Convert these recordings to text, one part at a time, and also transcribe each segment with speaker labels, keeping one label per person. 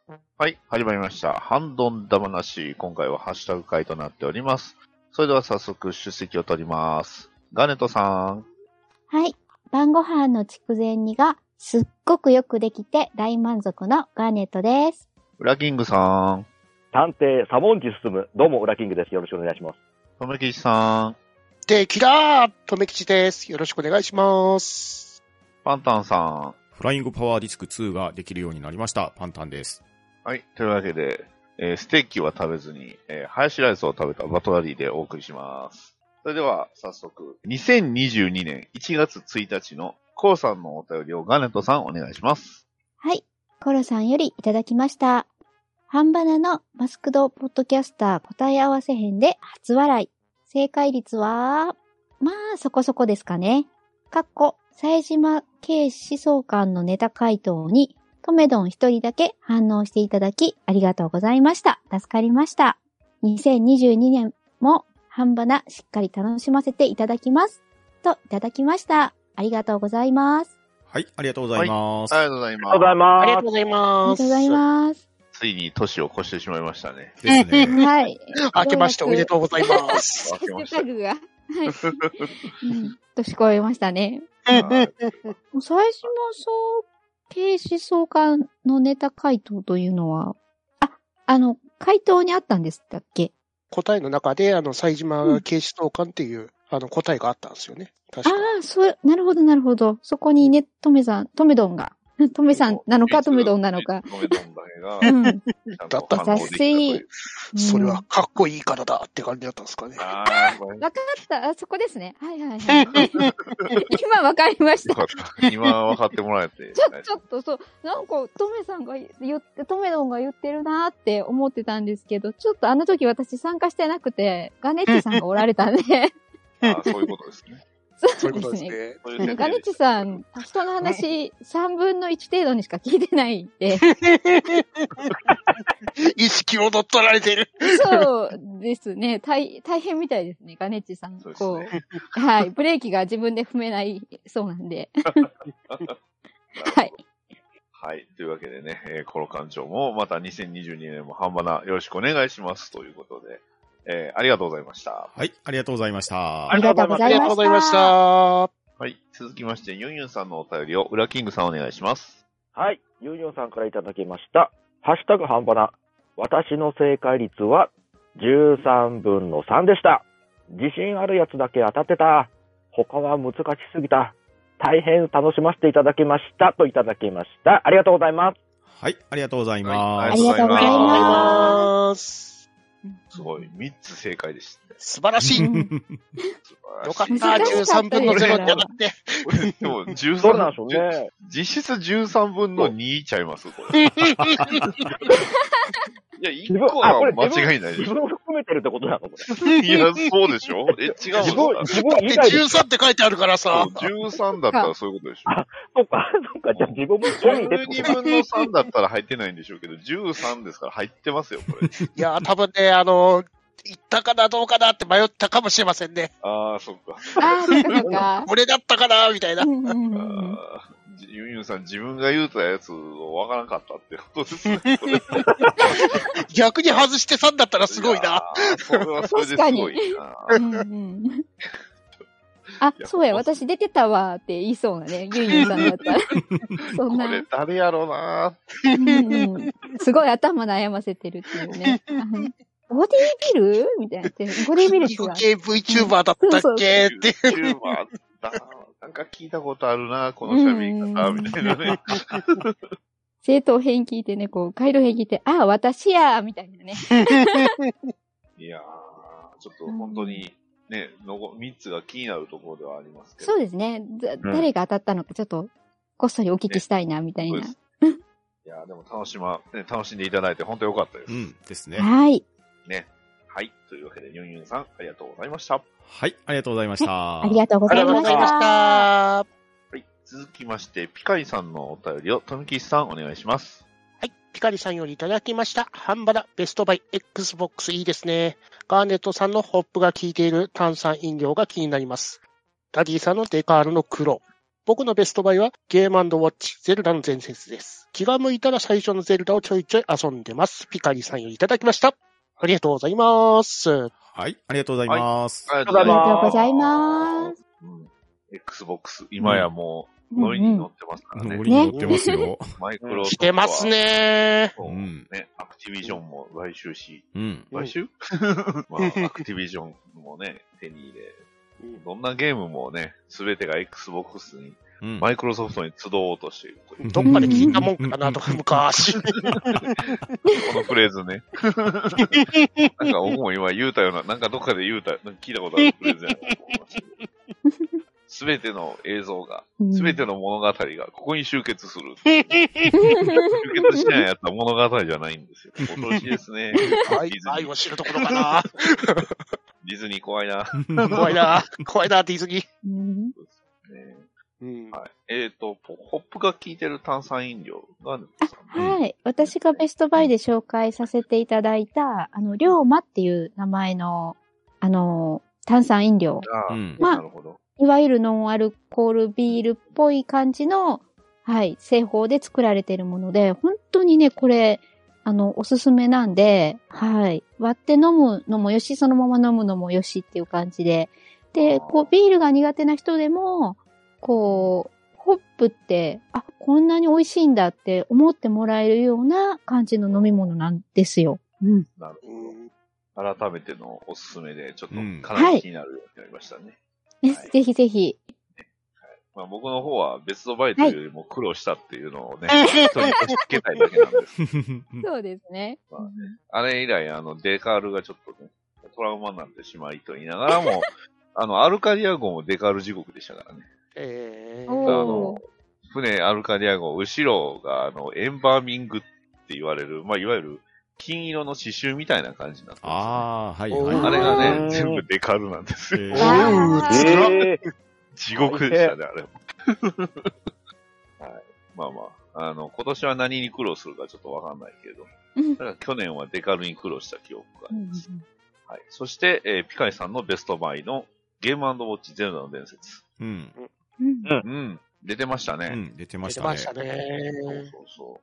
Speaker 1: はい、始まりました。ハンドンダ話。今回はハッシュタグ会となっております。それでは早速出席を取ります。ガーネットさん。
Speaker 2: はい。晩ご飯の筑前煮がすっごくよくできて大満足のガーネットです。
Speaker 1: ウラキングさん。
Speaker 3: 探偵サモンジ進む。どうもウラキングです。よろしくお願いします。
Speaker 1: とめきちさん。
Speaker 4: で、キラーとめきちです。よろしくお願いします。
Speaker 1: パンタンさん。
Speaker 5: フライングパワーディスク2ができるようになりました。パンタンです。
Speaker 1: はい。というわけで、ステーキは食べずに、ハヤシライスを食べたバトラリーでお送りします。それでは、早速、2022年1月1日のコロさんのお便りをガーネットさんお願いします。
Speaker 2: はい。コロさんよりいただきました。ハンバナのマスクドポッドキャスター答え合わせ編で初笑い。正解率は、まあそこそこですかね。冴島慶思想官のネタ回答に、トメドン一人だけ反応していただき、ありがとうございました。助かりました。2022年も、ハンバナしっかり楽しませていただきます。と、いただきました。ありがとうございます。
Speaker 5: はい、ありがとうございます。
Speaker 1: はい、ありがとうございます。
Speaker 3: ありがとうございます。
Speaker 4: ありがとうございます。
Speaker 2: ありがとうございます。
Speaker 1: ついに年を越してしまいましたね。
Speaker 5: ですね。
Speaker 2: はい。
Speaker 4: 明けましておめでとうございます。
Speaker 2: ハッシュタグが。はい。年越えましたね。
Speaker 1: はい
Speaker 2: 冴島慶思想官のネタ回答というのは、回答にあったんでしたっけ？
Speaker 4: 答えの中で、冴島警視総監っていう、答えがあったんですよね。確か。
Speaker 2: なるほど、なるほど。そこにね、トメドンが、トメさんなのか、トメドンなのか。
Speaker 1: トメドンだけが、
Speaker 2: うん。
Speaker 1: ちゃんと反応できたという。
Speaker 4: それはかっこいいからだって感じだったんですかね。
Speaker 1: ああ、
Speaker 2: わかった。そこですね。はいはいはい。今わかりました。
Speaker 1: 今分かってもらえて。
Speaker 2: ちょっとそう、なんか、トメドンが言ってるなーって思ってたんですけど、ちょっとあの時私参加してなくて、ガネッチさんがおられたんで。
Speaker 1: ああ、そういうことですね。
Speaker 4: そういうことですね。
Speaker 2: ガネッチさん、人の話3分の1程度にしか聞いてないんで。
Speaker 4: 意識を乗っ取られてる。
Speaker 2: そうですね。大変みたいですね、ガネッチさん。こう。はい。ブレーキが自分で踏めないそうなんで。はい。
Speaker 1: はい。というわけでね、コロ館長もまた2022年も半ばなよろしくお願いしますということで、ありがとうございました。
Speaker 5: はい、ありがとうございました。
Speaker 2: ありがとうございました。
Speaker 1: はい。続きまして、ユンユンさんのお便りを、ウラキングさんお願いします。
Speaker 3: はい。ユンユンさんからいただきました。ハッシュタグ半ばな。私の正解率は13分の3でした。自信あるやつだけ当たってた。他は難しすぎた。大変楽しませていただきました。といただきました。ありがとうございます。
Speaker 5: はい、ありがとうございます。
Speaker 1: はい、
Speaker 2: ありがとうございます。
Speaker 1: すごい。3つ正解でした。
Speaker 4: 素晴らしい。よかった。13分の0ってなって。
Speaker 1: でも
Speaker 3: そうなんでしょうね。
Speaker 1: 実質13分の2ちゃいますこれ。いや、1個は間違いないでしょ。
Speaker 3: 自分を含めてるってことなのこれ。
Speaker 1: いや、そうでしょ違うの
Speaker 3: 自分
Speaker 4: だって13って書いてあるからさ。
Speaker 1: 13だったらそういうことでしょ。
Speaker 3: そっか。じゃあ自分も込みで。
Speaker 1: 12分の3だったら入ってないんでしょうけど、13ですから入ってますよ、これ。
Speaker 4: いや、多分ね、行ったかなどうかなって迷ったかもしれませんね。
Speaker 1: ああ、そっか。
Speaker 2: そうか。
Speaker 4: これだったかなみたいな。
Speaker 1: ユンユンさん自分が言うたやつをわからなかったってことですね。
Speaker 4: 逆に外して3だったらすごいな。
Speaker 1: それはそれですごいな。
Speaker 2: そうや、私出てたわーって言いそうなね、ユンユンさんだったら。そんな。
Speaker 1: これ誰やろうな
Speaker 2: すごい頭悩ませてるっていうね。ボディービルみたいな。ボディービルっては。
Speaker 4: VTuber だったっけっていう。
Speaker 1: VTuber だ。なんか聞いたことあるな、この喋り方、みたいなね。
Speaker 2: 正当編聞いてね、回路編聞いて、ああ、私やみたいなね。
Speaker 1: いやー、ちょっと本当にね、3つが気になるところではありますけど。
Speaker 2: そうですね。誰が当たったのか、ちょっと、こっそりお聞きしたいな、みたいな。い
Speaker 1: やー、でも楽しんでいただいて本当に良かったです。
Speaker 5: うんですね。
Speaker 2: はい。
Speaker 1: ね。はい。というわけで、ユンユンさん、ありがとうございました。
Speaker 5: はい、ありがとうございました。
Speaker 2: ありがとうございました。
Speaker 4: はい。
Speaker 1: 続きまして、ピカリさんのお便りを、富吉さん、お願いします。
Speaker 4: はい。ピカリさんよりいただきました。ハンバラベストバイ Xbox いいですね。ガーネットさんのホップが効いている炭酸飲料が気になります。ダディさんのデカールの黒。 僕のベストバイはゲーム&ウォッチ、ゼルダの伝説です。気が向いたら最初のゼルダをちょいちょい遊んでます。ピカリさんよりいただきました。ありがとうございます。
Speaker 5: はい、ありがとうございます。
Speaker 1: はい、あり
Speaker 2: ありがとうございます。
Speaker 1: Xbox、今やもう、ノリに乗ってますからね。
Speaker 5: ノリに乗ってますよ。
Speaker 1: マイクロソフトは。
Speaker 4: 来てますね。
Speaker 1: ね、アクティビジョンも買収し。
Speaker 5: 買
Speaker 1: 収まあ、アクティビジョンもね、手に入れ。どんなゲームもね、すべてが Xbox に、マイクロソフトに集おうとしているという。
Speaker 4: どっかで聞いたもんかなとか、昔。こ
Speaker 1: のフレーズね。なんか僕も今言うたような、なんかどっかで聞いたことあるフレーズやなと思いましたけど。すべての映像が、すべての物語がここに集結する。集結しないやつは物語じゃないんですよ。恐ろしいですね。
Speaker 4: 愛を知るところかな。
Speaker 1: ディズニー怖いな。
Speaker 4: 怖いな、ディズニー。
Speaker 1: はい。ホップが効いてる炭酸飲料があるんですかね。
Speaker 2: はい。私がベストバイで紹介させていただいた、龍馬っていう名前の、炭酸飲料。
Speaker 1: なるほど。
Speaker 2: いわゆるノンアルコールビールっぽい感じの、はい、製法で作られているもので、本当にね、これ、おすすめなんで、はい。割って飲むのもよし、そのまま飲むのもよしっていう感じで。で、ビールが苦手な人でも、ホップって、こんなに美味しいんだって思ってもらえるような感じの飲み物なんですよ。
Speaker 1: なるほど。改めてのおすすめで、ちょっとかなり気になるようになりましたね。
Speaker 2: ぜひぜひ。
Speaker 1: まあ、僕の方はベストバイというよりも苦労したっていうのをね、人に押し付けたいだけなんです。
Speaker 2: そうですね。
Speaker 1: あれ以来、デカールがちょっとね、トラウマになってしまいと言いながらも、アルカディア号もデカール地獄でしたからね。船アルカディア号、後ろがエンバーミングって言われる、まあ、いわゆる金色の刺繍みたいな感じになってます、ね。あれがね、全部デカールなんですよ。地獄でしたね、あれも。はい。まあまあ、今年は何に苦労するかちょっとわかんないけど、だから去年はデカールに苦労した記憶があります。はい。そして、ピカイさんのベストバイのゲーム&ウォッチゼルダの伝説。出てましたね。
Speaker 5: 出てましたね。
Speaker 1: そう。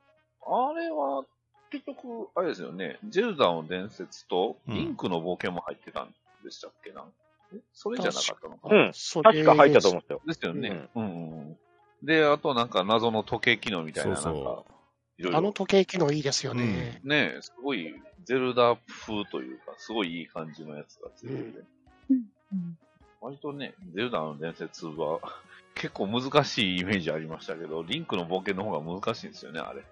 Speaker 1: あれは、結局、あれですよね。ゼルダの伝説と、リンクの冒険も入ってたんでしたっけな。それじゃなかったのかな。
Speaker 3: 確か入ったと思ったよ。
Speaker 1: ですよね。で、あとなんか謎の時計機能みたいな、なんか、いろいろ。
Speaker 4: 時計機能いいですよね。
Speaker 1: ねえ、すごい、ゼルダ風というか、すごいいい感じのやつがついてて。割とね、ゼルダの伝説は、結構難しいイメージありましたけど、リンクの冒険の方が難しいんですよね、あれ。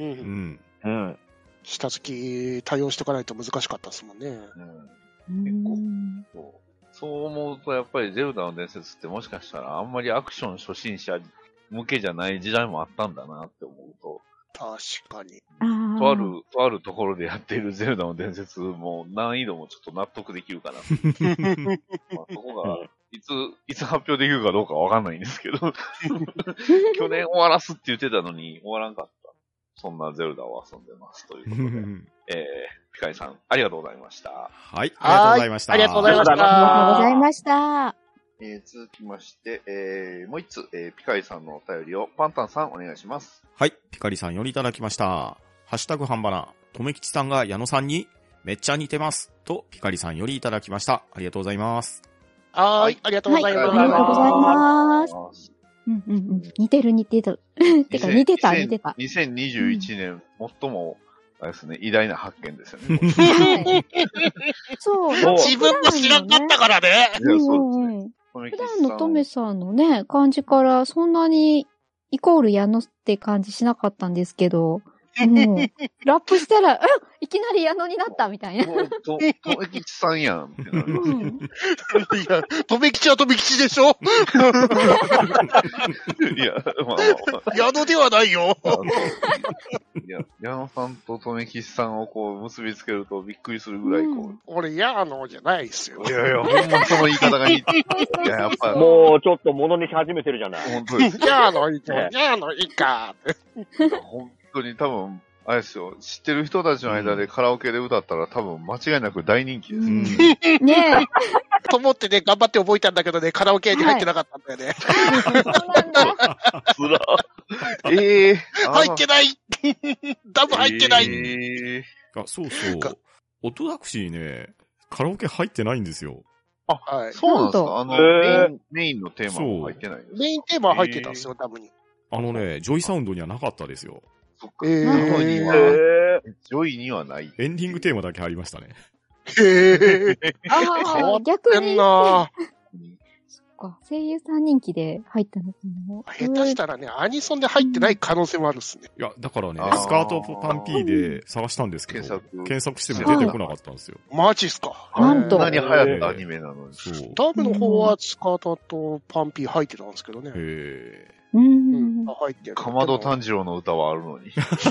Speaker 4: 下付き対応しておかないと難しかったですもんね。
Speaker 1: 結構、そう思うとやっぱりゼルダの伝説ってもしかしたらあんまりアクション初心者向けじゃない時代もあったんだなって思うと。
Speaker 4: 確かに。
Speaker 1: とあるところでやっているゼルダの伝説も難易度もちょっと納得できるかな。まあ、そこがいつ発表できるかどうかわかんないんですけど去年終わらすって言ってたのに終わらんかった。そんなゼルダを遊んでますということで。ピカイさん、ありがとうございました。
Speaker 5: はい、ありがとうございました。
Speaker 4: ありがとうございました。
Speaker 2: ありがとうございました。
Speaker 1: 続きまして、もう一つ、ピカイさんのお便りをパンタンさんお願いします。
Speaker 5: はい、ピカリさんよりいただきました。ハッシュタグハンバナ、とめきちさんが矢野さんにめっちゃ似てますとピカリさんよりいただきました。ありがとうございます。
Speaker 4: はい、ありがとうございます。
Speaker 2: ありがとうございます。似てる。てか、似てた。
Speaker 1: 2021年、最も、あれですね、偉大な発見ですよね。
Speaker 2: そう。
Speaker 4: 自分も知らんかったからね。
Speaker 2: 普段のトメさんのね、感じからそんなにイコール矢野って感じしなかったんですけど、もう、ラップしたら、いきなり矢野になったみたいな。
Speaker 1: とめきちさんやんってなります。
Speaker 4: いや、とめきちはとめきちでしょ
Speaker 1: いや、まあ。
Speaker 4: 矢野ではないよ。
Speaker 1: いや、矢野さんととめきちさんをこう結びつけるとびっくりするぐらいこう。
Speaker 4: 俺、矢野じゃないっすよ。
Speaker 1: いや、ほんまその言い方がいい。いや、やっぱ。
Speaker 3: もうちょっと物にし始めてるじゃない。
Speaker 1: 本当です。
Speaker 4: 矢野いいか。
Speaker 1: 本当に多分、あれですよ、知ってる人たちの間でカラオケで歌ったら多分間違いなく大人気です。
Speaker 2: ねえ。
Speaker 4: と思ってね、頑張って覚えたんだけどね、カラオケに入ってなかったんだよね。
Speaker 2: そうなんだ。
Speaker 1: つら。入
Speaker 4: 入ってないダブ入ってない、
Speaker 5: そうそう。オトタクシーね、カラオケ入ってないんですよ。
Speaker 4: はい。
Speaker 1: そうなんですか
Speaker 3: なん
Speaker 1: メインのテーマも入ってないんです
Speaker 4: メインテーマは入ってたんですよ、ダブに。
Speaker 5: ジョイサウンドにはなかったですよ。
Speaker 1: そっか。
Speaker 4: へ
Speaker 1: なのには、ジョイにはない。
Speaker 5: エンディングテーマだけありましたね。
Speaker 4: へえ。
Speaker 2: ああ、逆
Speaker 4: 変
Speaker 2: に。
Speaker 4: な
Speaker 2: そっか、声優さん人気で入ったのかな。
Speaker 4: 下手したらね、アニソンで入ってない可能性もあるっすね。
Speaker 5: いや、だからね、
Speaker 1: あー
Speaker 5: スカートパンピーで探したんですけど、検索しても出てこなかったんですよ。
Speaker 4: マジっすか。
Speaker 2: なんと
Speaker 1: こんなに流行ったアニメなのに。
Speaker 5: そう。
Speaker 4: ダブの方はスカートとパンピー入ってたんですけどね。
Speaker 5: へ
Speaker 4: 入ってる。
Speaker 1: かまど炭治郎の歌はあるのに。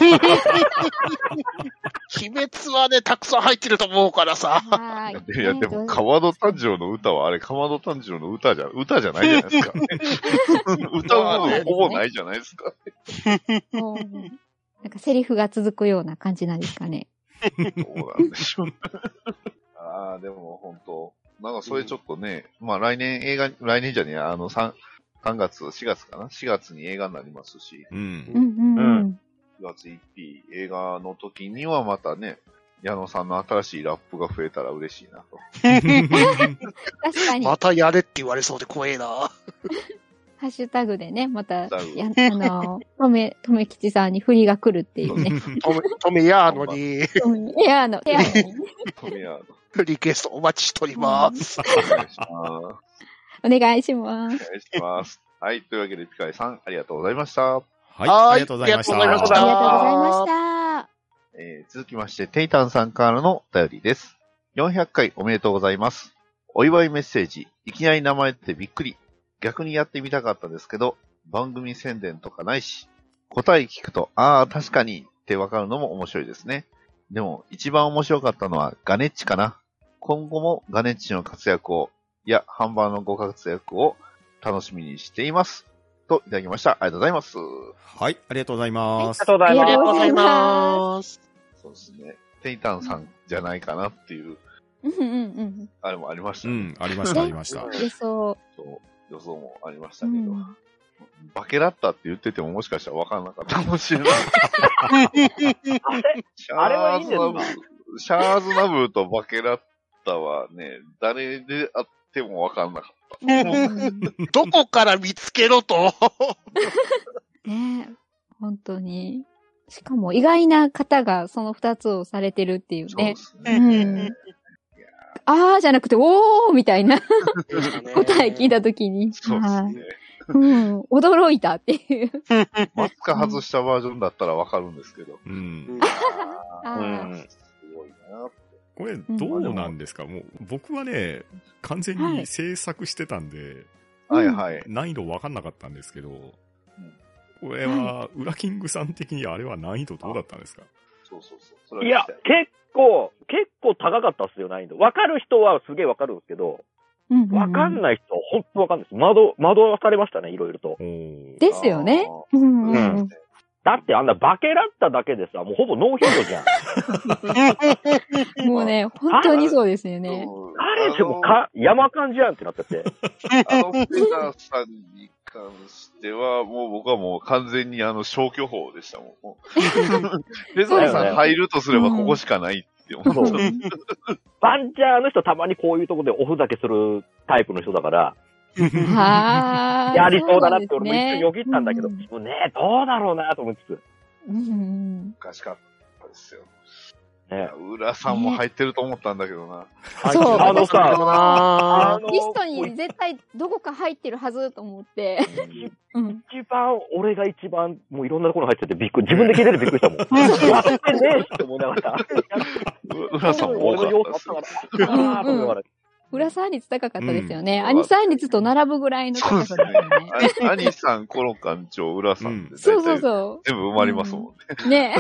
Speaker 4: 鬼滅はね、たくさん入ってると思うからさ。
Speaker 2: はい。
Speaker 1: いや、でも、かまど炭治郎の歌は、あれ、かまど炭治郎の歌じゃないじゃないですか。歌うものほぼないじゃないですか。
Speaker 2: もうなんかセリフが続くような感じなんですかね。
Speaker 1: そうなんでしょう。ああ、でも本当なんかそれちょっとね、まあ来年じゃねえや、3月、4月かな ?4 月に映画になりますし、
Speaker 5: うん。
Speaker 2: うん。
Speaker 1: 4月1日映画の時にはまたね、矢野さんの新しいラップが増えたら嬉しいなと。
Speaker 2: 確かに。
Speaker 4: またやれって言われそうで怖えな。
Speaker 2: ハッシュタグでね、また、
Speaker 1: タグ
Speaker 2: とめきちさんに振りが来るっていうね。
Speaker 4: 止めやーのに、
Speaker 2: いや、
Speaker 1: トメヤ
Speaker 4: リクエストお待ちしております。
Speaker 1: お願いします。
Speaker 2: お願いします。
Speaker 1: お願いします。はい。というわけで、ピカイさん、ありがとうございました。
Speaker 5: はい、
Speaker 4: はい
Speaker 5: ありがとうございました。
Speaker 4: ありがとうございました
Speaker 2: ありがとうございました。
Speaker 1: 続きまして、テイタンさんからのお便りです。400回おめでとうございます。お祝いメッセージ、いきなり名前ってびっくり。逆にやってみたかったですけど、番組宣伝とかないし、答え聞くと、ああ、確かにってわかるのも面白いですね。でも、一番面白かったのはガネッチかな。今後もガネッチの活躍を、ハンバーのご活躍を楽しみにしています。といただきました。ありがとうございます。
Speaker 5: はい、ありがとうございます。
Speaker 3: ありがとうござい
Speaker 2: ありがとう
Speaker 3: ま
Speaker 2: ござい
Speaker 4: ます。
Speaker 1: そうですね。テイタンさんじゃないかなっていう、
Speaker 2: うん。
Speaker 1: あれもありましたね。
Speaker 5: うん、ありました、ありました。
Speaker 2: で、そう。
Speaker 1: そう予想もありましたけど、
Speaker 2: うん
Speaker 1: バケラッタって言っててももしかしたら分からなかったかもしれない。
Speaker 3: あれはいいんですか
Speaker 1: シャーズナブルとバケラッタはね、誰であっても分からなかった。
Speaker 4: どこから見つけろと。
Speaker 2: ねえ、本当に。しかも意外な方がその二つをされてるっていう
Speaker 1: そうで
Speaker 2: ね。
Speaker 1: すね。
Speaker 2: うん。あーじゃなくて、おーみたいな答え聞いたときに。
Speaker 1: そうです
Speaker 2: はい
Speaker 1: ね。
Speaker 2: うん。驚いたっていう。
Speaker 1: マスク外したバージョンだったら分かるんですけど。
Speaker 5: うん。
Speaker 2: あー
Speaker 1: すごいな。
Speaker 5: これ、どうなんですかもう、僕はね、完全に制作してたんで、
Speaker 1: はいはい。
Speaker 5: 難易度分かんなかったんですけど、これは、ウラキングさん的にあれは難易度どうだったんですか？
Speaker 1: そう。それ
Speaker 3: いや
Speaker 1: は聞きた、
Speaker 3: 結構高かったっすよ、難易度。わかる人はすげえわかるんですけど、わかん
Speaker 2: い。
Speaker 3: ない人は本当わかんないです。惑わされましたね、いろいろと。
Speaker 5: おー
Speaker 2: ですよね。うんうん。
Speaker 3: だってあんなバケラッタだけでさ、もうほぼノーヒントじゃん。
Speaker 2: もうね、本当にそうですよね。
Speaker 3: あれでも山感じやんってなってて。
Speaker 1: ペターさんに関しては、もう僕はもう完全に消去法でしたもん。もうペターさん入るとすればここしかないって思った。
Speaker 3: バンジャーの人たまにこういうところでおふざけするタイプの人だから、
Speaker 2: はーい。
Speaker 3: やりそうだなって俺も一
Speaker 2: ね
Speaker 3: 瞬よぎったんだけど、もうね、どうだろうなと思いつつ。
Speaker 2: うん。
Speaker 1: 難しかったですよ。
Speaker 3: ね、
Speaker 1: 浦さんも入ってると思ったんだけどな。
Speaker 2: そう
Speaker 3: あのさ、
Speaker 2: リストに絶対どこか入ってるはずと思って。うん。
Speaker 3: 俺が一番、もういろんなところ入っててびっくり、自分で聞いててびっくりしたもん。やってねえしって思いながら。
Speaker 1: 浦さんも多かったですよ。
Speaker 2: 浦さん率高かったですよね。兄さん率と並ぶぐらいの高さですよね。
Speaker 1: 兄さん、コロ館長、浦さんって
Speaker 2: そう
Speaker 1: 大体
Speaker 2: そ
Speaker 1: 全部埋まりますもんね。
Speaker 2: う。ね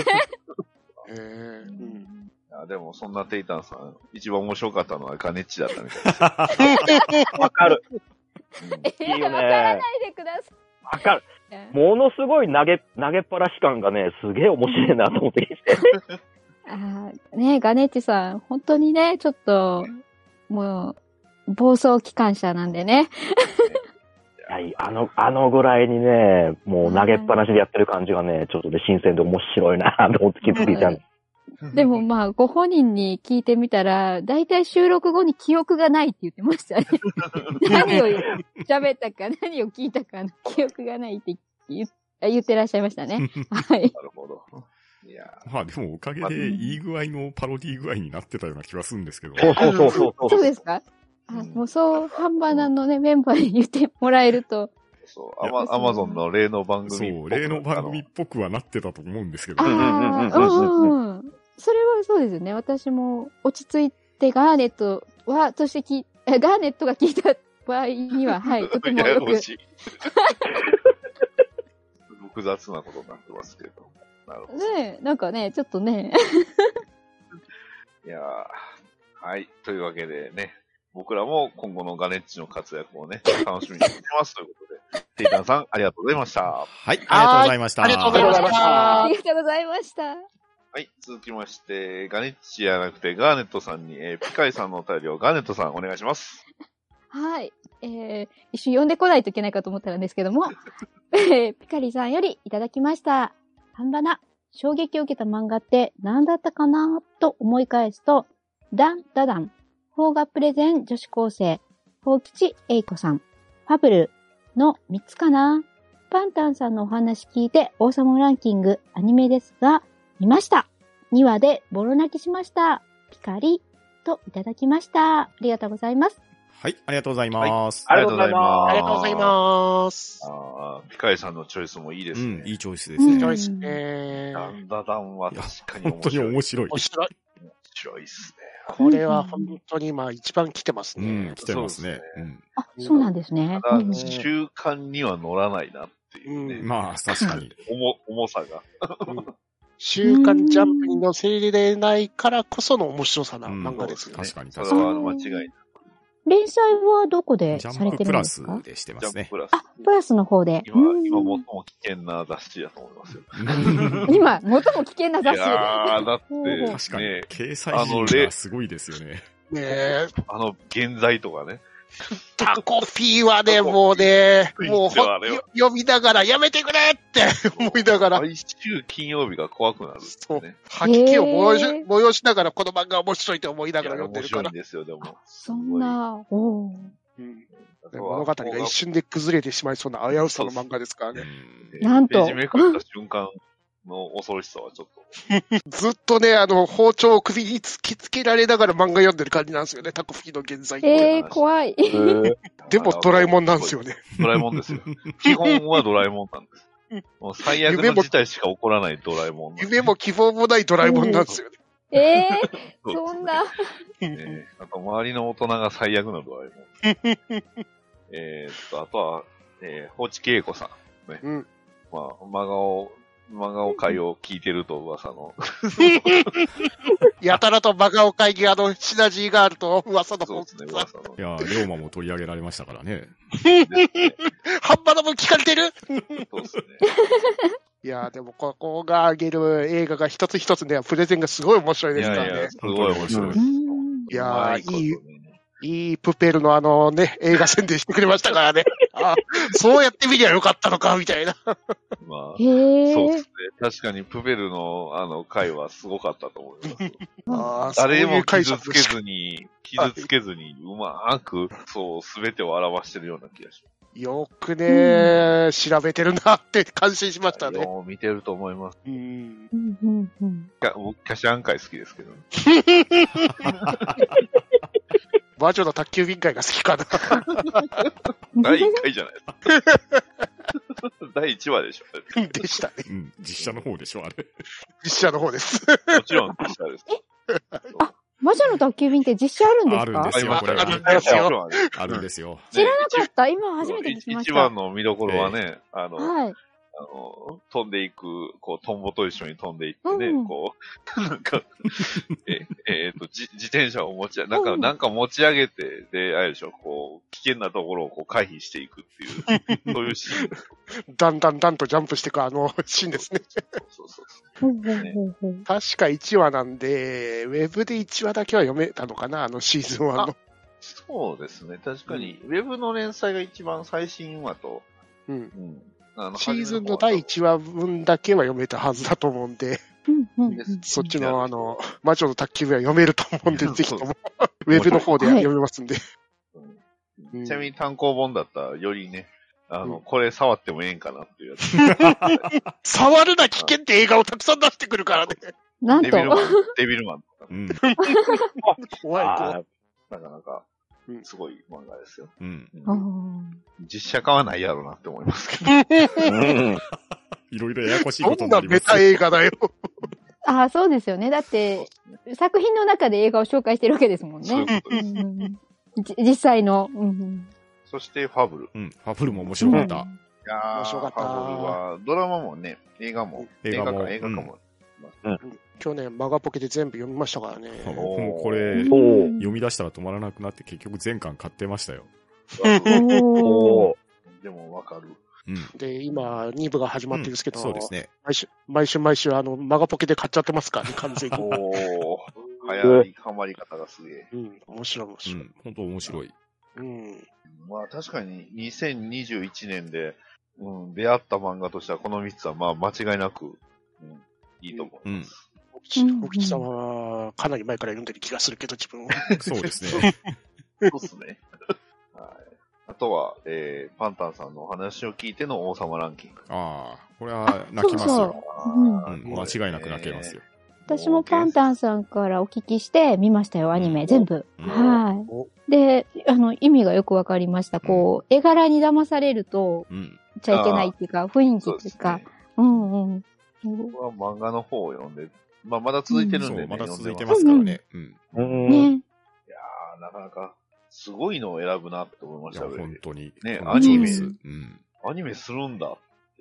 Speaker 1: でもそんなテイタンさん、一番面白かったのはガネッチだったみたいです。
Speaker 3: わかる。
Speaker 2: え。
Speaker 3: いいよね
Speaker 2: わからないでくださ
Speaker 3: わかる。ものすごい投げっぱなし感がね、すげえ面白いなと思ってきて。
Speaker 2: い。ねガネッチさん、本当にね、ちょっと、もう、 暴走機関車なんでね。
Speaker 3: はい、あのぐらいにね、もう投げっぱなしでやってる感じがね、ちょっとね、新鮮で面白いなと思って気づいたんです。
Speaker 2: でもまあ、ご本人に聞いてみたら、だいたい収録後に記憶がないって言ってましたね。何を喋ったか、何を聞いたかの記憶がないって言ってらっしゃいましたね。はい。
Speaker 1: なるほど。いや
Speaker 5: まあでもおかげでいい具合のパロディ具合になってたような気はするんですけど。
Speaker 2: そうですか？もうそう、ハンバナのね、メンバーに言ってもらえると。
Speaker 1: そう、アマゾンの例の番組。
Speaker 5: そう、例の番組っぽくはなってたと思うんですけど。
Speaker 2: それはそうですよね。私も落ち着いてガーネットは、そしてガーネットが聞いた場合には、はい、とてもよく。
Speaker 1: 複雑なことになってますけど。なるほど。
Speaker 2: ねえ、なんかね、ちょっとね。
Speaker 1: いやー、はい。というわけでね、僕らも今後のガネッチの活躍をね、楽しみにしていますということで、テイタンさん、ありがとうございました。
Speaker 5: はい、ありがとうございました。
Speaker 4: ありがとうございました。
Speaker 2: ありがとうございました。
Speaker 1: はい、続きまして、ガネッチじゃなくてガーネットさんに、ピカイさんのお便りをガーネットさんお願いします。
Speaker 2: はい。一瞬呼んでこないといけないかと思ったんですけども、ピカリさんよりいただきました。ハンバナ、衝撃を受けた漫画って何だったかなと思い返すと、ダンダダン、邦画プレゼン女子高生、法吉英子さん、ファブルの3つかな。パンタンさんのお話聞いて王様ランキングアニメですが、見ました。2話でボロ泣きしました。ピカリといただきました。ありがとうございます。
Speaker 5: はい、ありがとうございます。
Speaker 1: はい、ありがとうございます。
Speaker 4: ありがとうございます。
Speaker 1: ピカイさんのチョイスもいいですね。
Speaker 5: いいチョイスですね。
Speaker 4: いいチョイスね。
Speaker 1: ダンダダンは確かに面白い。
Speaker 5: 本当に面白い。
Speaker 1: 面白いっすね。
Speaker 4: これは本当に今一番来てますね。
Speaker 5: 来てますね。
Speaker 2: あ、そうなんですね。
Speaker 1: ただ、習慣には乗らないなっていうね。
Speaker 5: まあ、確かに。
Speaker 1: 重さが。
Speaker 4: 週刊ジャンプに載せれないからこその面白さな漫画ですよね。
Speaker 5: 確かに。
Speaker 1: それは間違いない。
Speaker 2: 連載はどこでされてるんですか？
Speaker 5: ジャンププラスでしてますね。
Speaker 2: プラスの方で。
Speaker 1: 今最も危険な雑誌だと思いますよ。
Speaker 2: 今、最も危険な雑誌。
Speaker 1: いやー、だって、
Speaker 5: 確かに、掲載陣がすごいですよね。
Speaker 1: 現在とかね。
Speaker 4: タコピーはね、もうね、もう読みながらやめてくれって思いながら。
Speaker 1: 毎週金曜日が怖くなる、ね。
Speaker 4: そう。吐き気を催しながらこの漫画面白いと思いながら読んでるから。
Speaker 1: 面白いんですよ、でも。
Speaker 2: そんな、物
Speaker 4: 語が一瞬で崩れてしまいそうな危うさの漫画ですからね。
Speaker 2: なんと。
Speaker 1: ページめくった瞬間の恐ろしさはちょっと。
Speaker 4: ずっとね、包丁を首に突きつけられながら漫画読んでる感じなんですよね、タコピーの現在って。
Speaker 2: 怖い。
Speaker 4: でもドラえもんなんですよね。
Speaker 1: ドラえもんですよ。基本はドラえもんなんです。もう最悪の事態しか起こらないドラえもん。
Speaker 4: 夢も希望もないドラえもんなんですよ
Speaker 2: ね。そんな。
Speaker 1: あと周りの大人が最悪のドラえもん。あとは、ホチキエイコさん。ね。まあ、真顔会を聞いてると噂の。
Speaker 4: やたらと真顔会議シナジーがあると噂の。
Speaker 1: そうですね、噂の。
Speaker 5: いや、龍馬も取り上げられましたからね。
Speaker 4: ハンバナも聞かれてる
Speaker 1: そうですね。
Speaker 4: いや、でもここが挙げる映画が一つ一つね、プレゼンがすごい面白いですからね。いや
Speaker 1: すごい面白いです。
Speaker 4: いや、いいプペルの映画宣伝してくれましたからね。そうやって見りゃよかったのか、みたいな。
Speaker 1: まあ、そうですね。確かにプペルの回はすごかったと思います。誰も傷つけずに、うまーく、すべてを表してるような気がします。
Speaker 4: よくね、調べてるなって感心しましたね。
Speaker 1: 見てると思います。僕、キャシャン会好きですけど。
Speaker 4: 魔女の宅急便会が好きかな。
Speaker 1: 第1回じゃないですか。第1話でしょ。
Speaker 4: でしたね。
Speaker 5: 実写の方でしょ、あれ。
Speaker 4: 実写の方です。
Speaker 1: もちろん実写です。
Speaker 2: 魔女の宅急便って実写あるんですか？
Speaker 5: あるんですよ、これ。
Speaker 4: あるんですよ。
Speaker 5: あるんですよ。
Speaker 2: 知らなかった。今初めて聞きました。
Speaker 1: 一番の見どころはね、
Speaker 2: はい。
Speaker 1: 飛んでいく、トンボと一緒に飛んでいってね、なんか、自転車をなんか持ち上げて、で、あれでしょ、危険なところを回避していくっていう、そういうシーン。
Speaker 4: だんだんとジャンプしていくシーンですね。
Speaker 1: そう。
Speaker 4: 確か1話なんで、ウェブで1話だけは読めたのかな、シーズン1の。
Speaker 1: そうですね。確かに、ウェブの連載が一番最新話と、
Speaker 4: うん。
Speaker 1: シ
Speaker 4: シーズンの第1話分だけは読めたはずだと思うんで、
Speaker 2: うんうん
Speaker 1: です
Speaker 4: そっちの魔女の宅急便は読めると思うんで、
Speaker 1: うん
Speaker 4: ぜひとも、ウェブの方で読めますんで。
Speaker 1: ちなみに単行本だったら、よりね、これ触ってもええんかなっていうやつ。
Speaker 4: 触るな危険って映画をたくさん出してくるからね。
Speaker 2: なんと。
Speaker 1: デビルマンとか。
Speaker 5: うん。
Speaker 4: 怖い怖い。
Speaker 1: なかなか、すごい漫画ですよ。実写化はないやろうなって思いますけど。
Speaker 5: いろいろややこしいこ
Speaker 4: どん
Speaker 5: とになります。
Speaker 4: なメタ映画だよ。
Speaker 2: ああ、そうですよね。だって、作品の中で映画を紹介してるわけですもんね。
Speaker 1: そういうことです。
Speaker 2: 実際の。
Speaker 1: そして、ファブル。
Speaker 5: ファブルも面白かった。
Speaker 1: いやー、
Speaker 4: 面白かった
Speaker 1: ファブルは、ドラマもね、映画も、映画かも。
Speaker 4: 去年、マガポケで全部読みましたからね。
Speaker 5: もうこれ、読み出したら止まらなくなって結局全巻買ってましたよ。
Speaker 1: でもわかる。
Speaker 4: で、今、2部が始まってるんですけど、
Speaker 5: そうですね。
Speaker 4: 毎週、マガポケで買っちゃってますからね、完全に。
Speaker 1: ハマり方がすげえ。
Speaker 4: 面白い。
Speaker 5: 本当面白い。
Speaker 1: まあ確かに2021年で、出会った漫画としてはこの3つはまあ間違いなく、いいと思います。
Speaker 4: 小吉さんはかなり前から読んでる気がするけど、自分は。
Speaker 5: そうですね。
Speaker 1: そうですね。あとは、パンタンさんのお話を聞いての王様ランキング。
Speaker 5: ああ、これは泣きますよ。間違いなく泣けますよ。
Speaker 2: 私もパンタンさんからお聞きして見ましたよ、アニメ。全部。はい。で、意味がよくわかりました。こう、絵柄に騙されると、ちゃいけないっていうか、雰囲気っていうか。
Speaker 1: 僕は漫画の方を読んで、まだ続いてるんでね。
Speaker 5: まだ続いてますからね。
Speaker 2: ね。
Speaker 1: いやー、なかなか、すごいのを選ぶなって思いましたね。
Speaker 5: 本当に。
Speaker 1: ね、アニメするんだって。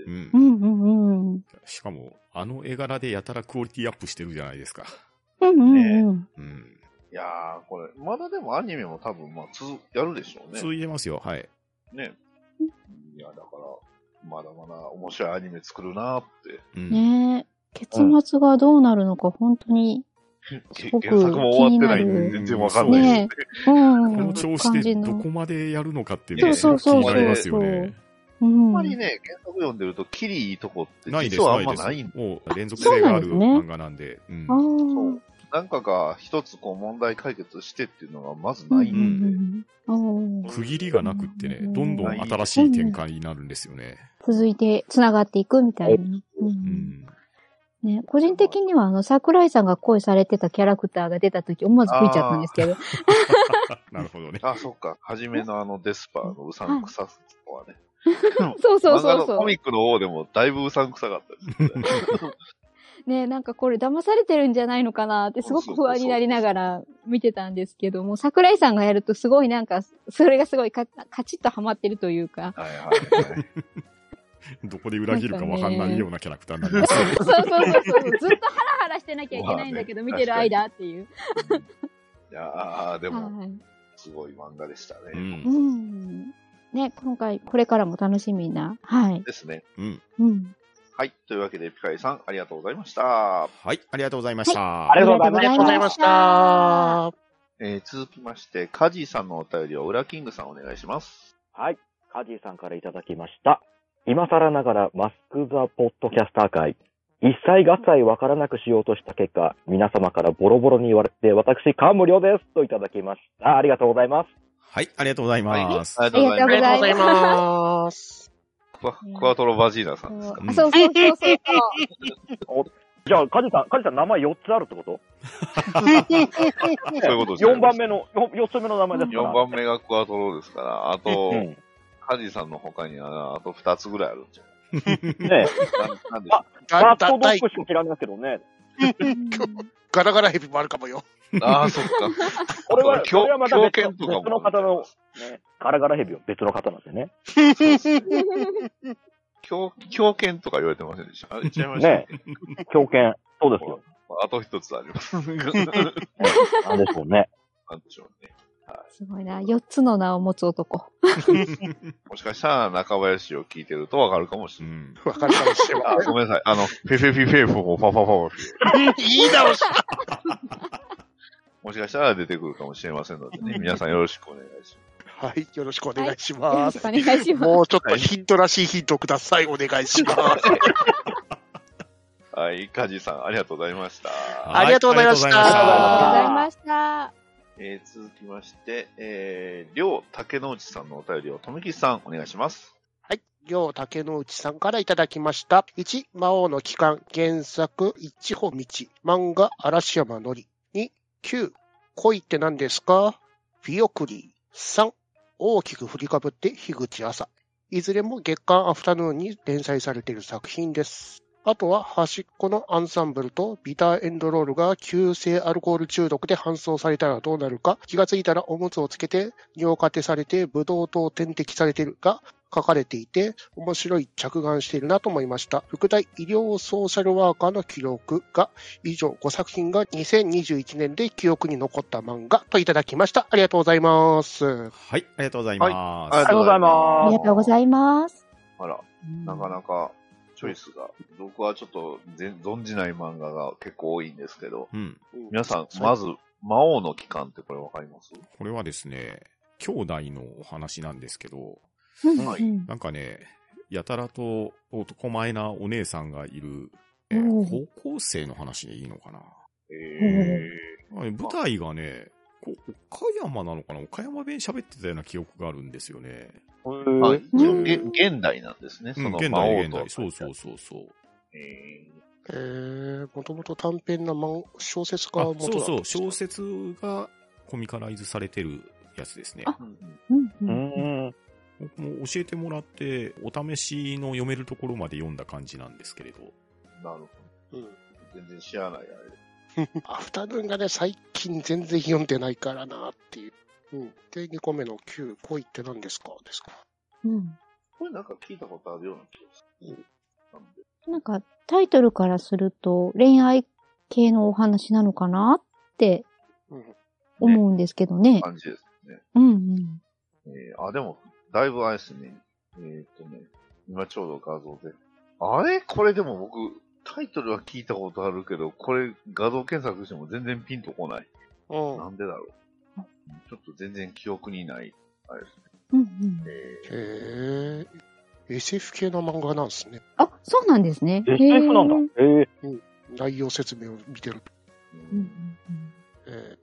Speaker 5: しかも、絵柄でやたらクオリティアップしてるじゃないですか。
Speaker 1: いやー、これ、まだでもアニメも多分、やるでしょうね。
Speaker 5: 続いてますよ、はい。
Speaker 1: ね。いや、だから、まだまだ面白いアニメ作るなーって。
Speaker 2: ね結末がどうなるのか、本当に。
Speaker 1: 原作も終わってないんで、全然わかんないですね。
Speaker 5: この調子でどこまでやるのかっていうのが気になりますよね。
Speaker 1: あんまりね、原作読んでると、キリいいとこって実はあんまないんで。
Speaker 5: もう連続性がある漫画なんで。
Speaker 1: なんかが一つ問題解決してっていうのがまずないん
Speaker 5: で。区切りがなくってね、どんどん新しい展開になるんですよね。
Speaker 2: 続いて繋がっていくみたいな。ね、個人的には桜井さんが恋されてたキャラクターが出た時思わず吹いちゃったんですけど。
Speaker 5: なるほどね。
Speaker 1: あ、そっか。はじめのデスパーのうさんくさ子はね。
Speaker 2: そう。
Speaker 1: 漫画のコミックの方でもだいぶうさんくさかったです
Speaker 2: ね。なんかこれ騙されてるんじゃないのかなってすごく不安になりながら見てたんですけども、桜井さんがやるとすごいなんか、それがすごいカチッとハマってるというか。
Speaker 5: どこで裏切るかわかんないようなキャラクターになります
Speaker 2: ね。そう。ずっとハラハラしてなきゃいけないんだけど、見てる間っていう。
Speaker 1: いやー、でも、すごい漫画でしたね。
Speaker 2: ね、今回、これからも楽しみな。はい。
Speaker 1: ですね。
Speaker 2: は
Speaker 1: い。というわけで、ピカリさん、ありがとうございました。
Speaker 5: はい、ありがとうございました。
Speaker 4: ありがとうございました。
Speaker 1: 続きまして、カジーさんのお便りをウラキングさんお願いします。
Speaker 3: はい。カジーさんからいただきました。今更ながらマスク・ザ・ポッドキャスター会、一切合切わからなくしようとした結果、皆様からボロボロに言われて、私、感無量ですといただきました。ありがとうございます。
Speaker 5: はい、ありがとうございます。
Speaker 1: ありがとうござい
Speaker 4: ます。
Speaker 1: クワトロバジーナさんですか。
Speaker 2: そう。
Speaker 3: じゃあ、カジさん名前4つあるってこと
Speaker 1: そういうことですね。
Speaker 3: 4つ目の名前ですから。
Speaker 1: 4番目がクワトロですから、あと、カジさんの他には、あと2つぐらいあるんじゃない
Speaker 3: ねえ。
Speaker 1: なんでしょう。
Speaker 3: ガットドッグしか知らないですけどね。
Speaker 4: ガラガラヘビもあるかもよ。
Speaker 1: ああ、そっか。
Speaker 3: これはまた別
Speaker 1: とかも
Speaker 3: の方の、ね、ガラガラヘビは別の方なんでね。
Speaker 1: 狂犬とか言われてませんでした。言っちゃいましたね。
Speaker 3: 狂犬。そうですよ。
Speaker 1: あと一つあります。
Speaker 3: なんでしょうね。
Speaker 1: なんでしょうね。
Speaker 2: すごいな。4つの名を持つ男。
Speaker 1: もしかしたら中林を聞いてるとわかるかもしれない。
Speaker 4: わかるかもしれない。
Speaker 1: ごめんなさい。フェフェフィフェフォファファファフィ。
Speaker 4: 言い直し
Speaker 1: ももしかしたら出てくるかもしれませんのでね、皆さんよろしくお願いします。
Speaker 4: はい。よろしくお願いし
Speaker 2: よ
Speaker 4: ます。
Speaker 2: ろしくお願いします。
Speaker 4: もうちょっとヒントらしいヒントください。お願いします。
Speaker 1: はい、カジさん、ありがとうございました。
Speaker 4: ありがとうございました
Speaker 2: ありがとうございました。
Speaker 1: 続きまして、りょう竹之内さんのお便りを、とめきさん、お願いします。
Speaker 4: はい。両竹之内さんからいただきました。1、魔王の帰還、原作、一歩道、漫画、嵐山のり。2、9、恋って何ですか？フィオクリー。3、大きく振りかぶって樋口朝。いずれも月刊アフタヌーンに連載されている作品です。あとは端っこのアンサンブルとビターエンドロールが急性アルコール中毒で搬送されたらどうなるか、気がついたらおむつをつけて尿カテされてブドウ糖点滴されているが書かれていて面白い着眼しているなと思いました。副題医療ソーシャルワーカーの記録が以上5作品が2021年で記憶に残った漫画といただきました。ありがとうございます。
Speaker 5: はい、ありがとうございます。
Speaker 1: あ
Speaker 3: ありがとうござい
Speaker 2: あ
Speaker 3: ます。
Speaker 2: りがとうございます。
Speaker 1: あら、なかなかチョイスが、僕はちょっと存じない漫画が結構多いんですけど、
Speaker 5: うん。
Speaker 1: 皆さん、まず、魔王の帰還ってこれわかります？
Speaker 5: これはですね、兄弟のお話なんですけど、
Speaker 1: はい
Speaker 5: なんかね、やたらと男前なお姉さんがいる、
Speaker 2: うん
Speaker 5: 高校生の話でいいのかな。
Speaker 1: ー、
Speaker 5: 舞台がね、岡山なのかな、岡山弁喋ってたような記憶があるんですよね。
Speaker 1: まあ、一応現代なんですね、その
Speaker 5: 現
Speaker 1: 魔王と。
Speaker 5: 代。そうそうそうそう。
Speaker 4: もともと短編な小説が元だったんですか？
Speaker 5: そうそう、小説がコミカライズされてるやつですね。
Speaker 2: あ
Speaker 3: うんん。
Speaker 5: 僕も教えてもらって、お試しの読めるところまで読んだ感じなんですけれど。
Speaker 1: なるほど。
Speaker 4: うん。
Speaker 1: 全然知らないあれ。
Speaker 4: アフタヌーンがね、最近全然読んでないからなっていう。うん。で、2個目の9、恋って何ですかですか。
Speaker 2: うん
Speaker 1: これなんか聞いたことあるような気がする。なんで
Speaker 2: なんかタイトルからすると恋愛系のお話なのかなって
Speaker 4: うん。
Speaker 2: 思うんですけどね。
Speaker 1: 感じですね。
Speaker 2: うんうん。
Speaker 1: でも、だいぶあれですね。今ちょうど画像で。あれこれでも僕、タイトルは聞いたことあるけど、これ画像検索しても全然ピンとこない。
Speaker 4: うん。
Speaker 1: なんでだろう。ちょっと全然記憶にない、あれですね。
Speaker 2: うんうん。
Speaker 4: へえ。SF 系の漫画なんですね。
Speaker 2: あ、そうなんですね。
Speaker 3: SF なんだ。
Speaker 4: 内容説明を見てると。
Speaker 2: うんうんうん
Speaker 4: へ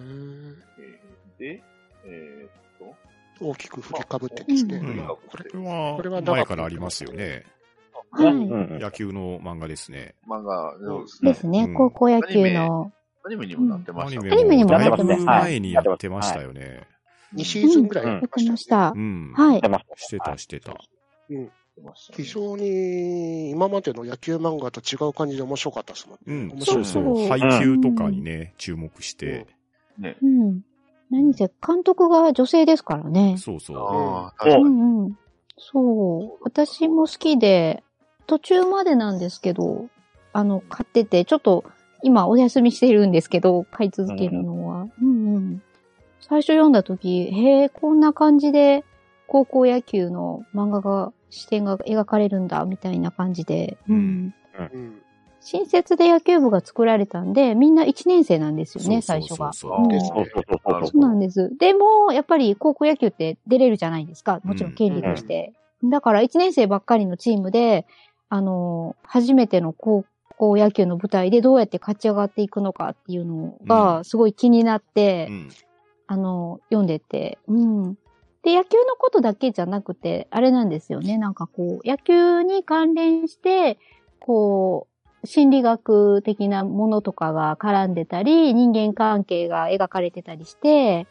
Speaker 1: で、
Speaker 4: 大きく振りかぶってですね。
Speaker 5: うん
Speaker 4: こ
Speaker 5: こ
Speaker 4: れは
Speaker 5: れは前からありますよね。
Speaker 2: はい。
Speaker 5: 野球の漫画ですね。
Speaker 1: 漫画、そうですね。
Speaker 2: ですね。
Speaker 5: うん
Speaker 2: 高校野球の。
Speaker 1: アニメにもなってましたね。
Speaker 2: アニメにも
Speaker 5: だいぶ
Speaker 2: なってます
Speaker 5: 前にやってましたよね。
Speaker 4: 2シーズンぐらい
Speaker 3: うん
Speaker 2: やってました
Speaker 5: う。ん。
Speaker 2: はい
Speaker 3: 出。ました。
Speaker 5: してた、してた。
Speaker 4: うん。
Speaker 1: やってましたね
Speaker 4: 非常に今までの野球漫画と違う感じで面白かったですもん
Speaker 5: うん
Speaker 4: ね。。面白い
Speaker 5: そうそ
Speaker 2: そう
Speaker 5: う。配球とかにね、注目して。
Speaker 1: ね。
Speaker 2: うん。何せ監督が女性ですからね。
Speaker 5: そうそう。
Speaker 1: ああ、
Speaker 2: う
Speaker 1: 確かに。
Speaker 2: んうん。そう。私も好きで、途中までなんですけど、買ってて、ちょっと今お休みしてるんですけど、買い続けるのは。うんうん。最初読んだ時、へえ、こんな感じで高校野球の漫画が、視点が描かれるんだ、みたいな感じで。うん。
Speaker 4: うん。
Speaker 2: 新設で野球部が作られたんで、みんな1年生なんですよね、最初が。
Speaker 5: そう
Speaker 4: ですね。
Speaker 3: そうそうそうそう。
Speaker 2: そうなんです。でも、やっぱり高校野球って出れるじゃないですか。もちろん権利として。だから1年生ばっかりのチームで、初めての高校野球の舞台でどうやって勝ち上がっていくのかっていうのが、すごい気になって、
Speaker 5: うん。
Speaker 2: 読んでて。うん。で、野球のことだけじゃなくて、あれなんですよね。なんかこう、野球に関連して、こう、心理学的なものとかが絡んでたり、人間関係が描かれてたりして、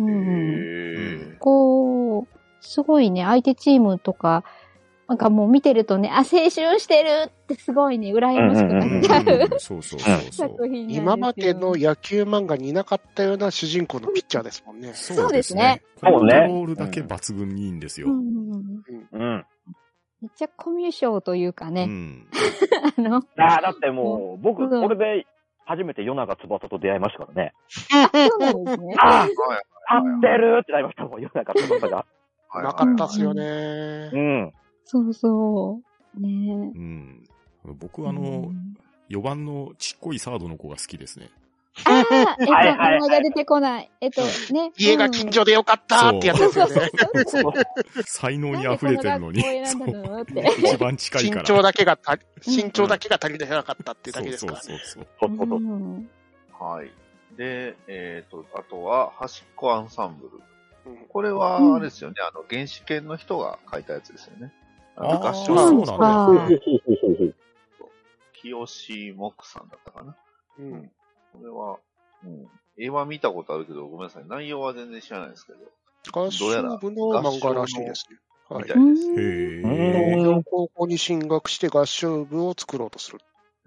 Speaker 2: こう、すごいね、相手チームとか、なんかもう見てるとね、青春してるってすごいね、羨ましくなっちゃう
Speaker 5: そうそうそうそう。
Speaker 2: 作品なんですよ。
Speaker 4: 今までの野球漫画にいなかったような主人公のピッチャーですもんね。
Speaker 2: そうですね。
Speaker 5: コントロールだけ抜群にいいんですよ。
Speaker 3: うん。
Speaker 2: めっちゃコミュ障というかね、
Speaker 5: うん。
Speaker 3: だってもう、僕、
Speaker 2: うん
Speaker 3: これで初めて夜中翼と出会いましたからね。
Speaker 2: そうなんですね。
Speaker 3: あ立ってるってなりましたもん、夜中翼が。
Speaker 4: なかったっすよね。
Speaker 3: うん。
Speaker 2: そうそう。ね
Speaker 5: うん。僕
Speaker 2: え。
Speaker 5: 4番のちっこいサードの子が好きですね。
Speaker 2: 名前が出てこない。ね。
Speaker 4: 家が近所でよかったってやつですよね。
Speaker 5: 才能に溢れてるのに。一番近いから。
Speaker 4: 身長だけが足りなかったってだけですからね。
Speaker 5: そう。
Speaker 1: はい。で、あとは、端っこアンサンブル。これは、あれですよね、原始圏の人が書いたやつですよね。合唱
Speaker 5: そうなんですね。
Speaker 1: 清志木さんだったかな。これは、絵は見たことあるけど、ごめんなさい。内容は全然知らないですけど。
Speaker 4: 合唱部の漫画らしいですね。
Speaker 1: みたいです。
Speaker 5: へ
Speaker 4: ー。高校に進学して合唱部を作ろうとする。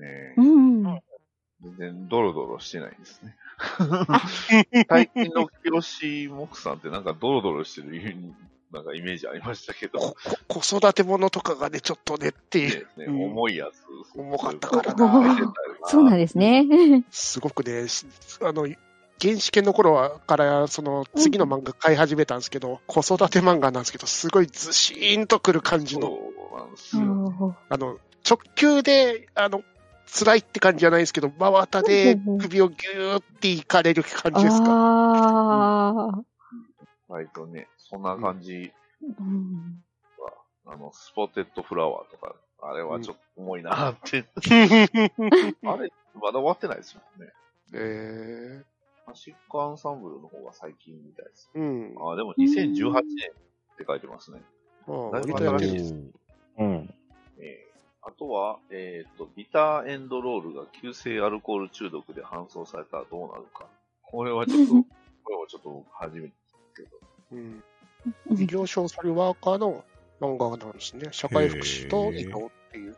Speaker 1: 全然ドロドロしてないですね。最近の清志木さんってなんかドロドロしてるなんかイメージありましたけど。
Speaker 4: 子育て物とかがね、ちょっっとねっていう。
Speaker 1: 重いやつ。
Speaker 4: 重かったからな。
Speaker 2: そうなんですね。
Speaker 4: すごくね、原始圏の頃から、次の漫画買い始めたんですけど、子育て漫画なんですけど、すごいずしーんとくる感じの。
Speaker 1: そうなんですよ。
Speaker 4: 直球で、辛いって感じじゃないですけど、真綿で首をギューっていかれる感じですか。
Speaker 1: 割とね、そんな感じは、スポテッドフラワーとか、あれはちょっと重いなって。あれ、まだ終わってないですもんね。端っこアンサンブルの方が最近みたいです。でも2018年って書いてますね。だいぶ新しいです。あとは、ビターエンドロールが急性アルコール中毒で搬送されたらどうなるか。これはちょっと初めてですけど。
Speaker 4: 医療ソーシャルワーカーの漫画なんですね。社会福祉と医療っていう。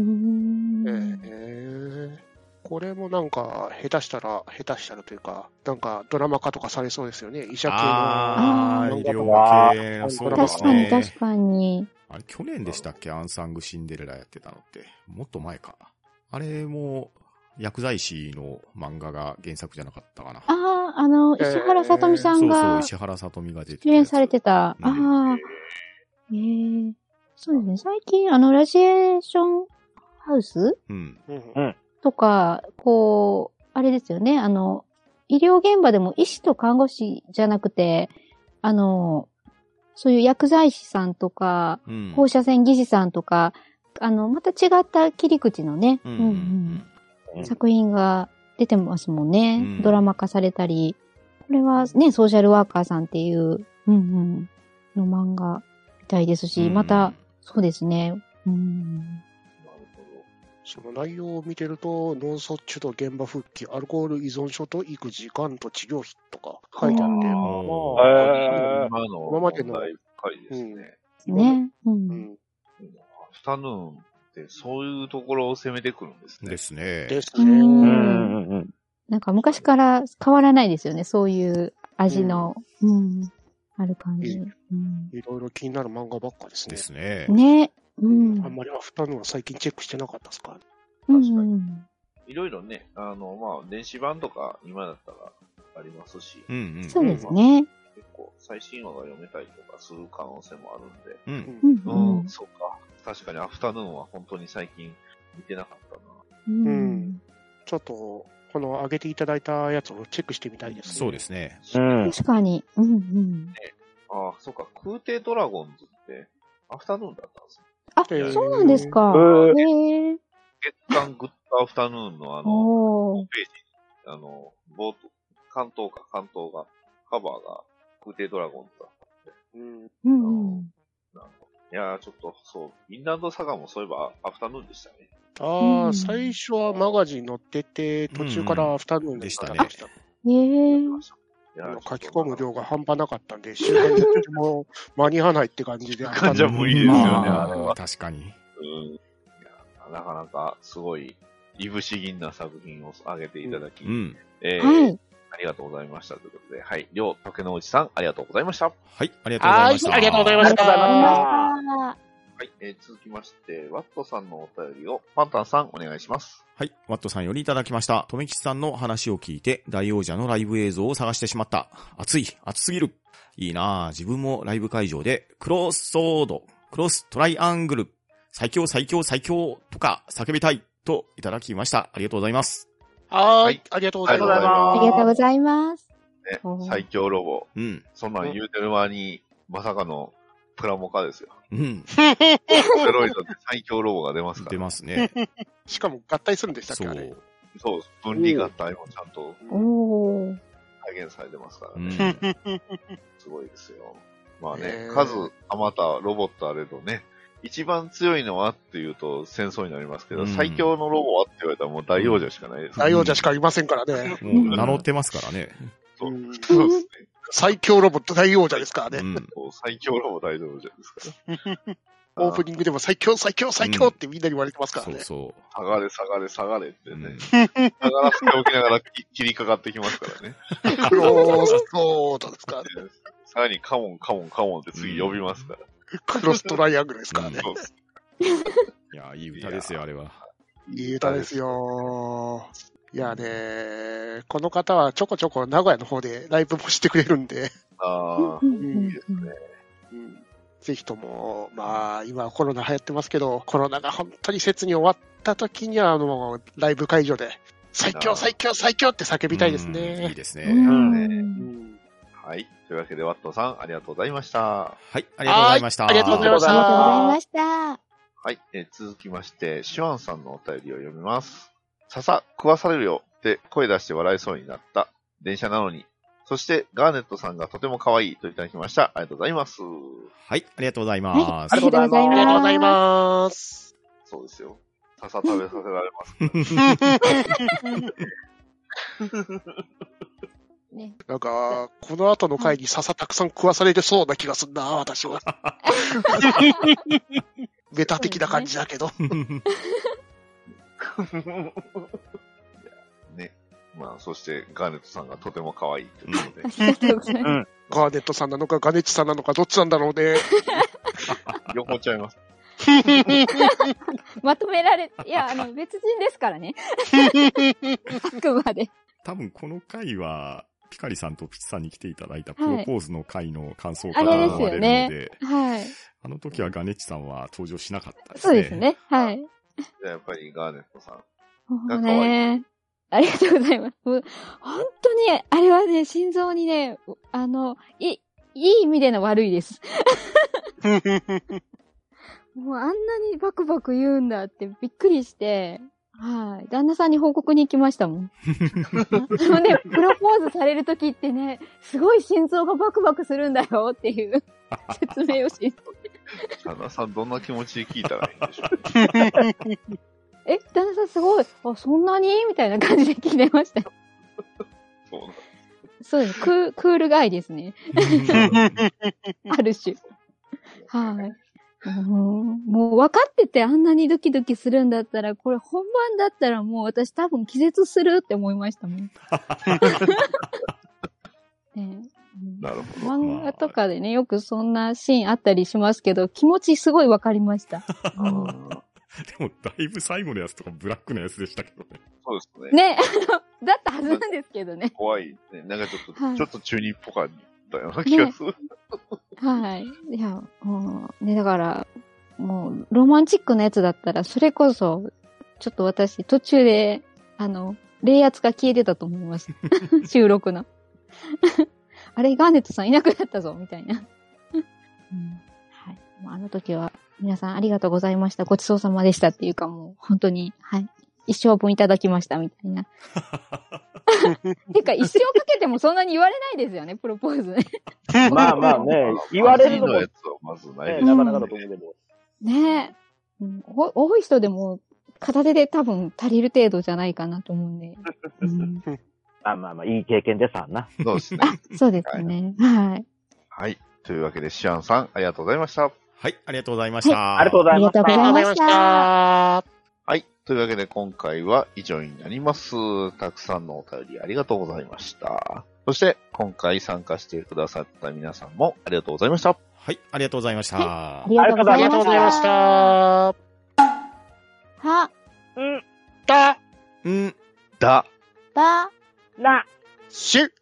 Speaker 4: これもなんか、下手したらというか、なんかドラマ化とかされそうですよね。医者系の。
Speaker 5: 医療系、そうですね。
Speaker 2: 確かに。
Speaker 5: あれ、去年でしたっけ？アンサングシンデレラやってたのって。もっと前か。あれも、薬剤師の漫画が原作じゃなかったかな。
Speaker 2: 石原さとみさんが。
Speaker 5: そう、石原さとみが出て
Speaker 2: 出演されてた。そうですね。最近、ラジエーションハウスとか、あれですよね。医療現場でも医師と看護師じゃなくて、そういう薬剤師さんとか、放射線技師さんとか、また違った切り口のね、作品が出てますもんね。ドラマ化されたり。これはね、ソーシャルワーカーさんっていう、の漫画みたいですし、また、そうですね。
Speaker 4: その内容を見てると、脳卒中と現場復帰、アルコール依存症と育児、がんと治療費とか書いてあって、
Speaker 1: 今までの回ですね。
Speaker 2: ね。
Speaker 1: アフタヌーンってそういうところを攻めてくるんですね。
Speaker 4: ですね。
Speaker 2: なんか昔から変わらないですよね。そういう味の、ある感じ。
Speaker 4: いろいろ気になる漫画ばっかですね。
Speaker 5: ですね。
Speaker 2: ね。
Speaker 4: あんまりアフタヌーンは最近チェックしてなかったですか？
Speaker 1: 確かに。いろいろね、電子版とか今だったらありますし。
Speaker 2: そうですね。
Speaker 1: 結構最新話が読めたりとかする可能性もあるんで。そうか。確かにアフタヌーンは本当に最近見てなかったな。
Speaker 4: ちょっと、この上げていただいたやつをチェックしてみたいですね。
Speaker 5: そうですね。
Speaker 2: 確かに。
Speaker 1: そうか。空挺ドラゴンズってアフタヌーンだったんですね。
Speaker 2: そうなんですか。
Speaker 1: 月刊グッドアフタヌーンのホームページに、冒頭、関東が、カバーが空挺ドラゴンズだったんで。いやちょっと、そう、インランドサガもそういえばアフタヌーンでしたね。
Speaker 4: 最初はマガジン載ってて、途中からアフタヌーンでしたね。書き込む量が半端なかったんで、週刊でも間に合わないって感じで。
Speaker 1: じゃ無理ですよね、あれは。
Speaker 5: 確かに。
Speaker 1: なかなかすごい、いぶし銀な作品を上げていただき、ありがとうございましたということで、はい、両竹之内さん、ありがとうございました。
Speaker 5: はい、ありがとうございました。
Speaker 4: ありがとうございました。
Speaker 1: はい、続きまして、ワットさんのお便りをパンタンさんお願いします。
Speaker 5: はい、ワットさんよりいただきました。とめきちさんの話を聞いて、大王者のライブ映像を探してしまった。熱すぎる。いいなぁ。自分もライブ会場で、クロスソード、クロストライアングル、最強とか叫びたいといただきました。ありがとうございます。
Speaker 1: はい
Speaker 4: はい。ありがとうござい
Speaker 3: ありがとうござい
Speaker 4: ま
Speaker 3: ます
Speaker 2: ありがとうございます。
Speaker 1: ね
Speaker 2: おー
Speaker 1: 最強ロボ。
Speaker 5: うん。
Speaker 1: そんなん言うてる間に、まさかのプラモカですよ。
Speaker 5: うん。
Speaker 1: ステロイドで最強ロボが出ますから。
Speaker 5: 出ますね。
Speaker 4: す。しかも合体するんでしたっ
Speaker 5: そ
Speaker 4: け、あれ。
Speaker 5: う。
Speaker 1: そうです。分離合体もちゃんと
Speaker 2: おー。
Speaker 1: 再現されてますから
Speaker 5: う
Speaker 1: ね。
Speaker 5: ん。
Speaker 1: すごいですよ。まあね
Speaker 4: へ、ー
Speaker 1: 数余ったロボットあれどね、一番強いのはっていうと戦争になりますけど、
Speaker 5: うん
Speaker 1: 最強のロボはって言われたらもう大王者しかないです、
Speaker 4: 大王者しかいませんからね。
Speaker 5: もう名乗ってますからね。
Speaker 1: そう
Speaker 4: うん
Speaker 1: そうですね。
Speaker 4: 最強ロボット大王者ですからね。
Speaker 5: うん。
Speaker 1: そう最強ロボ大王者ですから。
Speaker 4: オープニングでも最強最強最強ってみんなに言われてますからね。
Speaker 5: そうそ
Speaker 1: 下がれ下がれ下がれって
Speaker 5: う。う
Speaker 1: ね、
Speaker 5: ん。
Speaker 1: 下がらせておきながら切りかかってきますからね。
Speaker 4: クロスソードですからね。
Speaker 1: さらにカモンカモンカモンって次呼びますから。
Speaker 4: クロストライアングルですからね。
Speaker 1: そうです
Speaker 5: いや、いい歌ですよ、あれは。
Speaker 4: いい歌ですよ。いやね、この方はちょこちょこ名古屋の方でライブもしてくれるんで、
Speaker 1: ああ、
Speaker 2: うん
Speaker 1: いいですね。
Speaker 4: うんぜひとも、まあ、今コロナ流行ってますけど、コロナが本当に切に終わった時には、ライブ会場で、最強最強最強って叫びたいです
Speaker 5: うんいい
Speaker 4: ね。
Speaker 2: う
Speaker 5: ですね。
Speaker 2: ん
Speaker 4: うん
Speaker 1: はい。というわけで、ワットさん、ありがとうございました。
Speaker 5: はい、ありがとうございました。
Speaker 4: はいありがとうございました
Speaker 2: ありがとうございました。
Speaker 1: はい。続きまして、シュワンさんのお便りを読みます。笹、食わされるよって声出して笑いそうになった。電車なのに。そして、ガーネットさんがとても可愛いといただきました。ありがとうございます。
Speaker 5: はい、ありがとうござい
Speaker 2: はい、
Speaker 5: ます。
Speaker 2: ありがとうござい
Speaker 4: ありがとうござい
Speaker 2: ま
Speaker 4: ます。
Speaker 1: そうですよ。笹食べさせられます。
Speaker 2: す。ね、
Speaker 4: なんか、この後の回に笹たくさん食わされるそうな気がすんな、私は。メタ的な感じだけど。
Speaker 1: ね。まあ、そして、ガーネットさんがとても可愛いということで。
Speaker 2: ありがとうございます。
Speaker 4: ガーネットさんなのかガネッチさんなのかどっちなんだろうね。
Speaker 1: 両方ちゃいます。
Speaker 2: まとめられ、いや、別人ですからね。あくまで。
Speaker 5: 多分この回は、ピカリさんとピチさんに来ていただいたプロポーズの回の感想か
Speaker 2: あ
Speaker 5: と思われるの
Speaker 2: れですよね
Speaker 5: で、。
Speaker 2: はい。
Speaker 5: あの時はガネッチさんは登場しなかったですね。
Speaker 2: そうです。ね。はい。
Speaker 1: じゃあ、やっぱりガーネットさん。
Speaker 2: もう
Speaker 1: 可愛
Speaker 2: ね、ありがとうございます。もう本当に、あれはね、心臓にね、いい意味での悪いです。もうあんなにバクバク言うんだってびっくりして、はい。旦那さんに報告に行きましたもん。でもね、プロポーズされるときってね、すごい心臓がバクバクするんだよっていう説明をし、
Speaker 1: 旦那さん、どんな気持ちで聞いたらいいんでしょう。
Speaker 2: 旦那さんすごい、あ、そんなにみたいな感じで聞いてましたよ。
Speaker 1: そうなん
Speaker 2: そうです。クールガイですね。ある種。はい。もう分かっててあんなにドキドキするんだったら、これ本番だったらもう私多分気絶するって思いましたもん。ね
Speaker 1: なるほど。
Speaker 2: 漫画とかでね、よくそんなシーンあったりしますけど、気持ちすごい分かりました。
Speaker 5: でも、だいぶ最後のやつとかブラックなやつでしたけどね。
Speaker 1: そうですね。
Speaker 2: ね、だったはずなんですけどね。
Speaker 1: 怖い、ね。なんかちょっと、
Speaker 2: はい
Speaker 1: ちょっと中二っぽかったような気がする。
Speaker 2: はい。いや、ね、だから、もう、ロマンチックなやつだったら、それこそ、ちょっと私、途中で、冷圧が消えてたと思います。収録の。あれ、ガーネットさんいなくなったぞ、みたいな。はい。もうあの時は、皆さんありがとうございました。ごちそうさまでしたっていうか、もう、本当に、はい。一生分いただきました、みたいな。てか、一生かけてもそんなに言われないですよね、プロポーズね。
Speaker 3: まあまあね、言われるのも
Speaker 1: のやつはまずない
Speaker 3: ね、
Speaker 1: です
Speaker 3: なかなかだと思うけど。
Speaker 2: ねえ。多い人でも、片手で多分足りる程度じゃないかなと思うんで。
Speaker 3: まあまあまあ、いい経験でさな。
Speaker 1: そうですね。
Speaker 2: そうですね。はい。
Speaker 1: はい。というわけで、シアンさん、ありがとうございました。
Speaker 5: はい、ありがとうございました。
Speaker 3: ありがとうございました。
Speaker 2: ありがとうございました
Speaker 1: はい。というわけで、今回は以上になります。たくさんのお便りありがとうございました。そして、今回参加してくださった皆さんもありがとうございました。
Speaker 5: はい、ありがとうございました。
Speaker 2: ありがとうござ
Speaker 4: ありが
Speaker 2: いまし。
Speaker 4: とうございましたた。
Speaker 2: は、
Speaker 4: だ、
Speaker 5: うん。
Speaker 1: だ、
Speaker 2: ば、
Speaker 3: な、
Speaker 4: しゅ、